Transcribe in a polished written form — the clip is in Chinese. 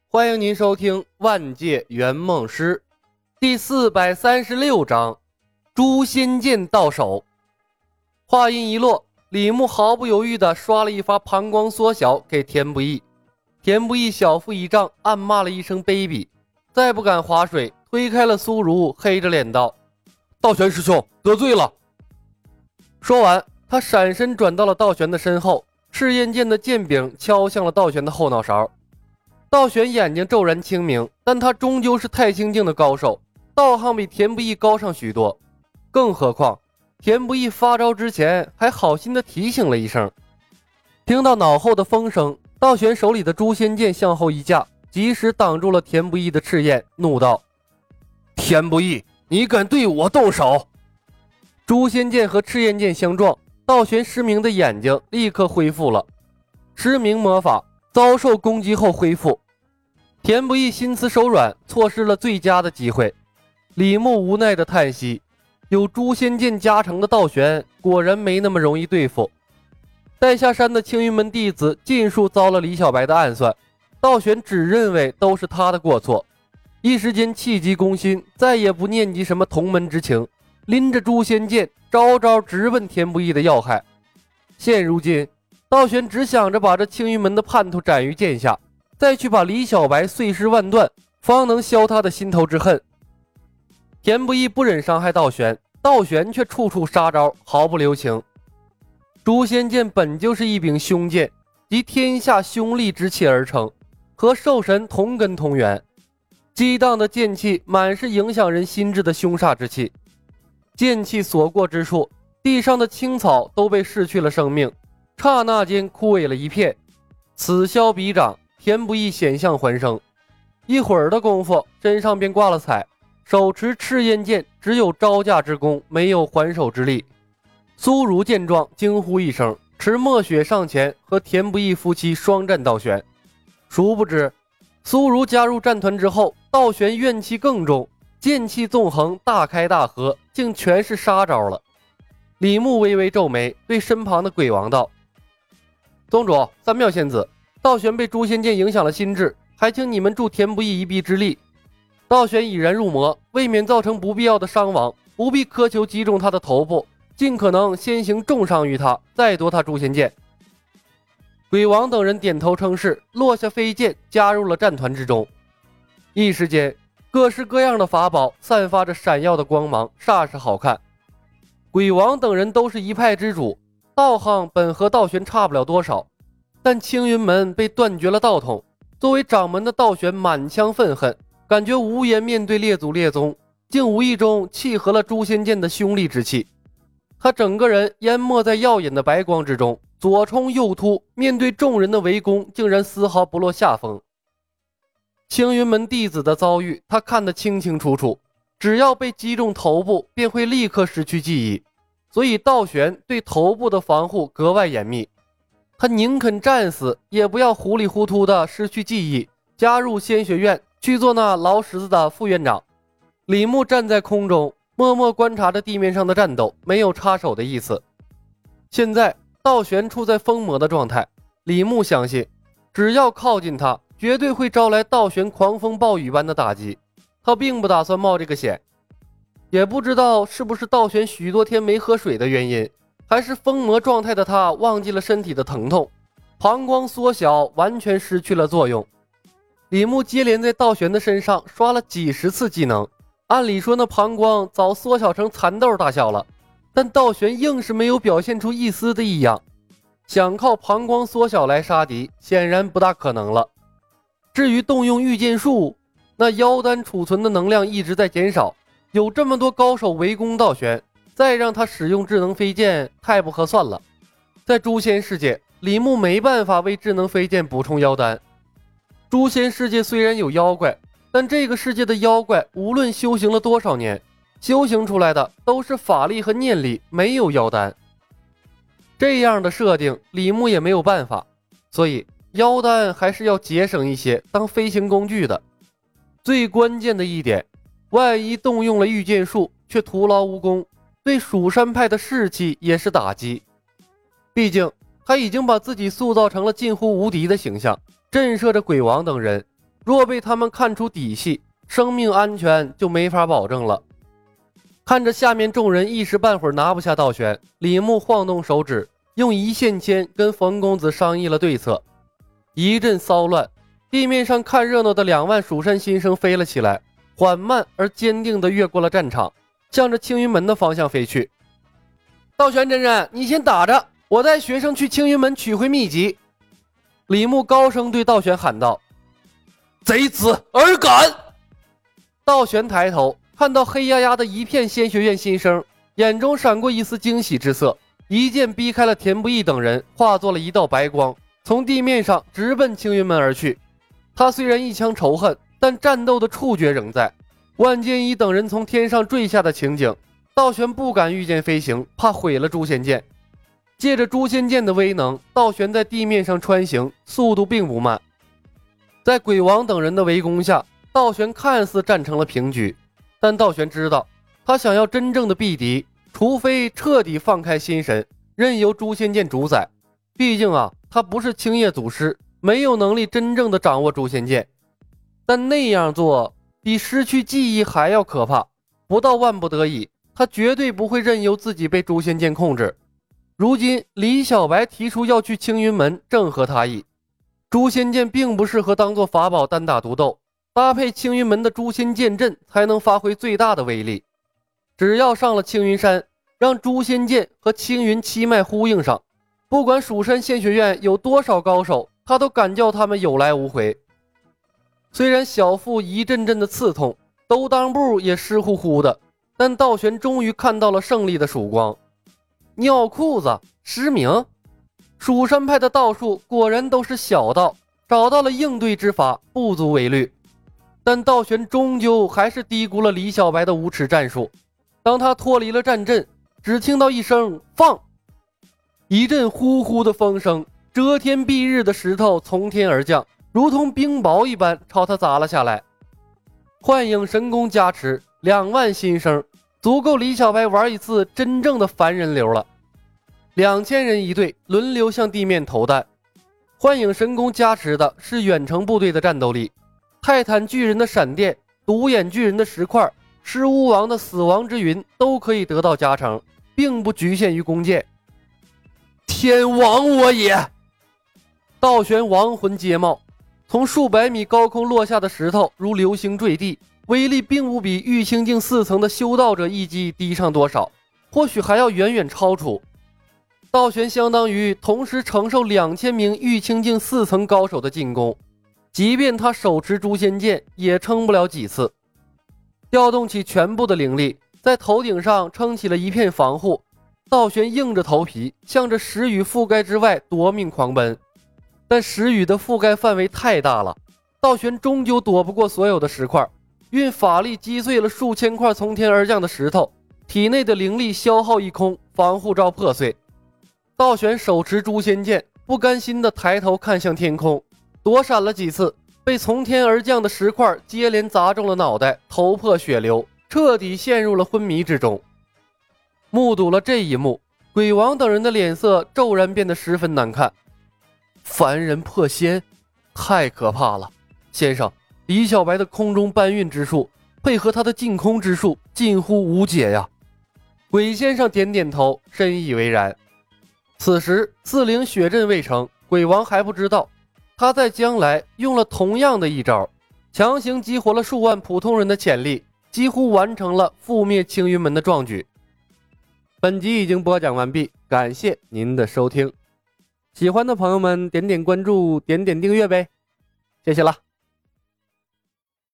欢迎您收听《万界圆梦师》第436章诛仙剑到手。话音一落，李牧毫不犹豫地刷了一发膀胱缩小给田不易。田不易小腹一胀，暗骂了一声卑鄙，再不敢划水，推开了苏如，黑着脸道：道玄师兄得罪了。说完，他闪身转到了道玄的身后，赤焰剑的剑柄敲向了道玄的后脑勺。道玄眼睛骤然清明，但他终究是太清境的高手，道行比田不易高上许多。更何况田不易发招之前还好心的提醒了一声。听到脑后的风声，道玄手里的诛仙剑向后一架，及时挡住了田不易的赤焰，怒道：田不易，你敢对我动手！诛仙剑和赤焰剑相撞，道玄失明的眼睛立刻恢复了。失明魔法遭受攻击后恢复，田不易心慈手软，错失了最佳的机会。李牧无奈的叹息，有诛仙剑加成的道玄果然没那么容易对付。带下山的青云门弟子尽数遭了李小白的暗算，道玄只认为都是他的过错，一时间气急攻心，再也不念及什么同门之情，拎着诛仙剑招招直奔田不易的要害。现如今道玄只想着把这青云门的叛徒斩于剑下，再去把李小白碎尸万段，方能消他的心头之恨。田不易不忍伤害道玄，道玄却处处杀招，毫不留情。诛仙剑本就是一柄凶剑，集天下凶戾之气而成，和兽神同根同源。激荡的剑气满是影响人心智的凶煞之气，剑气所过之处，地上的青草都被逝去了生命，刹那间枯萎了一片。此消彼长，田不易险象环生，一会儿的功夫身上便挂了彩，手持赤焰剑，只有招架之功，没有还手之力。苏如见状惊呼一声，持墨雪上前和田不易夫妻双战道玄。殊不知苏如加入战团之后，道玄怨气更重，剑气纵横，大开大合，竟全是杀招了。李牧微微皱眉，对身旁的鬼王道：宗主，三妙仙子，道玄被诛仙剑影响了心智，还请你们助田不易一臂之力。道玄已然入魔，未免造成不必要的伤亡，不必苛求击中他的头部，尽可能先行重伤于他，再夺他诛仙剑。鬼王等人点头称是，落下飞剑，加入了战团之中。一时间，各式各样的法宝散发着闪耀的光芒，煞是好看。鬼王等人都是一派之主，道行本和道玄差不了多少，但青云门被断绝了道统，作为掌门的道玄满腔愤恨，感觉无颜面对列祖列宗，竟无意中契合了诛仙剑的凶戾之气。他整个人淹没在耀眼的白光之中，左冲右突，面对众人的围攻，竟然丝毫不落下风。青云门弟子的遭遇他看得清清楚楚，只要被击中头部，便会立刻失去记忆，所以道玄对头部的防护格外严密。他宁肯战死，也不要糊里糊涂的失去记忆，加入仙学院去做那劳什子的副院长。李牧站在空中，默默观察着地面上的战斗，没有插手的意思。现在道玄处在疯魔的状态，李牧相信只要靠近他，绝对会招来道玄狂风暴雨般的打击。他并不打算冒这个险，也不知道是不是道玄许多天没喝水的原因，还是疯魔状态的他忘记了身体的疼痛，膀胱缩小，完全失去了作用。李牧接连在道玄的身上刷了几十次技能，按理说那膀胱早缩小成蚕豆大小了，但道玄硬是没有表现出一丝的异样，想靠膀胱缩小来杀敌显然不大可能了。至于动用御剑术，那妖丹储存的能量一直在减少，有这么多高手围攻道玄，再让他使用智能飞剑太不合算了。在诛仙世界，李牧没办法为智能飞剑补充妖丹。诛仙世界虽然有妖怪，但这个世界的妖怪无论修行了多少年，修行出来的都是法力和念力，没有妖丹。这样的设定李牧也没有办法，所以妖丹还是要节省一些当飞行工具的。最关键的一点，万一动用了御剑术却徒劳无功，对蜀山派的士气也是打击。毕竟他已经把自己塑造成了近乎无敌的形象，震慑着鬼王等人， 若被他们看出底细，生命安全就没法保证了。看着下面众人一时半会儿拿不下道玄，李牧晃动手指，用一线牵跟冯公子商议了对策。一阵骚乱，地面上看热闹的2万蜀山新生飞了起来，缓慢而坚定地越过了战场，向着青云门的方向飞去。道玄真人，你先打着，我带学生去青云门取回秘籍。李牧高声对道玄喊道：贼子尔敢！道玄抬头看到黑压压的一片仙学院新生，眼中闪过一丝惊喜之色，一剑逼开了田不易等人，化作了一道白光，从地面上直奔青云门而去。他虽然一腔仇恨，但战斗的触觉仍在。万剑一等人从天上坠下的情景，道玄不敢御剑飞行，怕毁了诛仙剑。借着诛仙剑的威能，道玄在地面上穿行，速度并不慢。在鬼王等人的围攻下，道玄看似战成了平局，但道玄知道，他想要真正的避敌，除非彻底放开心神，任由诛仙剑主宰。毕竟他不是青叶祖师，没有能力真正的掌握诛仙剑。但那样做比失去记忆还要可怕，不到万不得已，他绝对不会任由自己被诛仙剑控制。如今李小白提出要去青云门，正合他意。诛仙剑并不适合当做法宝单打独斗，搭配青云门的诛仙剑阵才能发挥最大的威力。只要上了青云山，让诛仙剑和青云七脉呼应上，不管蜀山仙学院有多少高手，他都敢叫他们有来无回。虽然小腹一阵阵的刺痛，兜裆部也湿乎乎的，但道玄终于看到了胜利的曙光。尿裤子失明，蜀山派的道术果然都是小道，找到了应对之法，不足为虑。但道玄终究还是低估了李小白的无耻战术。当他脱离了战阵，只听到一声放，一阵呼呼的风声，遮天蔽日的石头从天而降，如同冰雹一般朝他砸了下来。幻影神功加持，2万新生，足够李小白玩一次真正的凡人流了。2000人一队，轮流向地面投弹。幻影神功加持的是远程部队的战斗力，泰坦巨人的闪电，独眼巨人的石块，狮巫王的死亡之云都可以得到加成，并不局限于弓箭。天亡我也！道玄亡魂皆冒，从数百米高空落下的石头如流星坠地，威力并不比玉清境4层的修道者一击低上多少，或许还要远远超出。道玄相当于同时承受2000名玉清境4层高手的进攻，即便他手持诛仙剑也撑不了几次。调动起全部的灵力，在头顶上撑起了一片防护，道玄硬着头皮向着石雨覆盖之外夺命狂奔。但石雨的覆盖范围太大了，道玄终究躲不过所有的石块，运法力击碎了数千块从天而降的石头，体内的灵力消耗一空，防护罩破碎。道玄手持诛仙剑，不甘心地抬头看向天空，躲闪了几次，被从天而降的石块接连砸中了脑袋，头破血流，彻底陷入了昏迷之中。目睹了这一幕，鬼王等人的脸色骤然变得十分难看。凡人破仙，太可怕了！先生，李小白的空中搬运之术配合他的净空之术，近乎无解呀。鬼先生点点头，深以为然。此时4灵血阵未成，鬼王还不知道，他在将来用了同样的一招，强行激活了数万普通人的潜力，几乎完成了覆灭青云门的壮举。本集已经播讲完毕，感谢您的收听。喜欢的朋友们点点关注，点点订阅呗，谢谢了。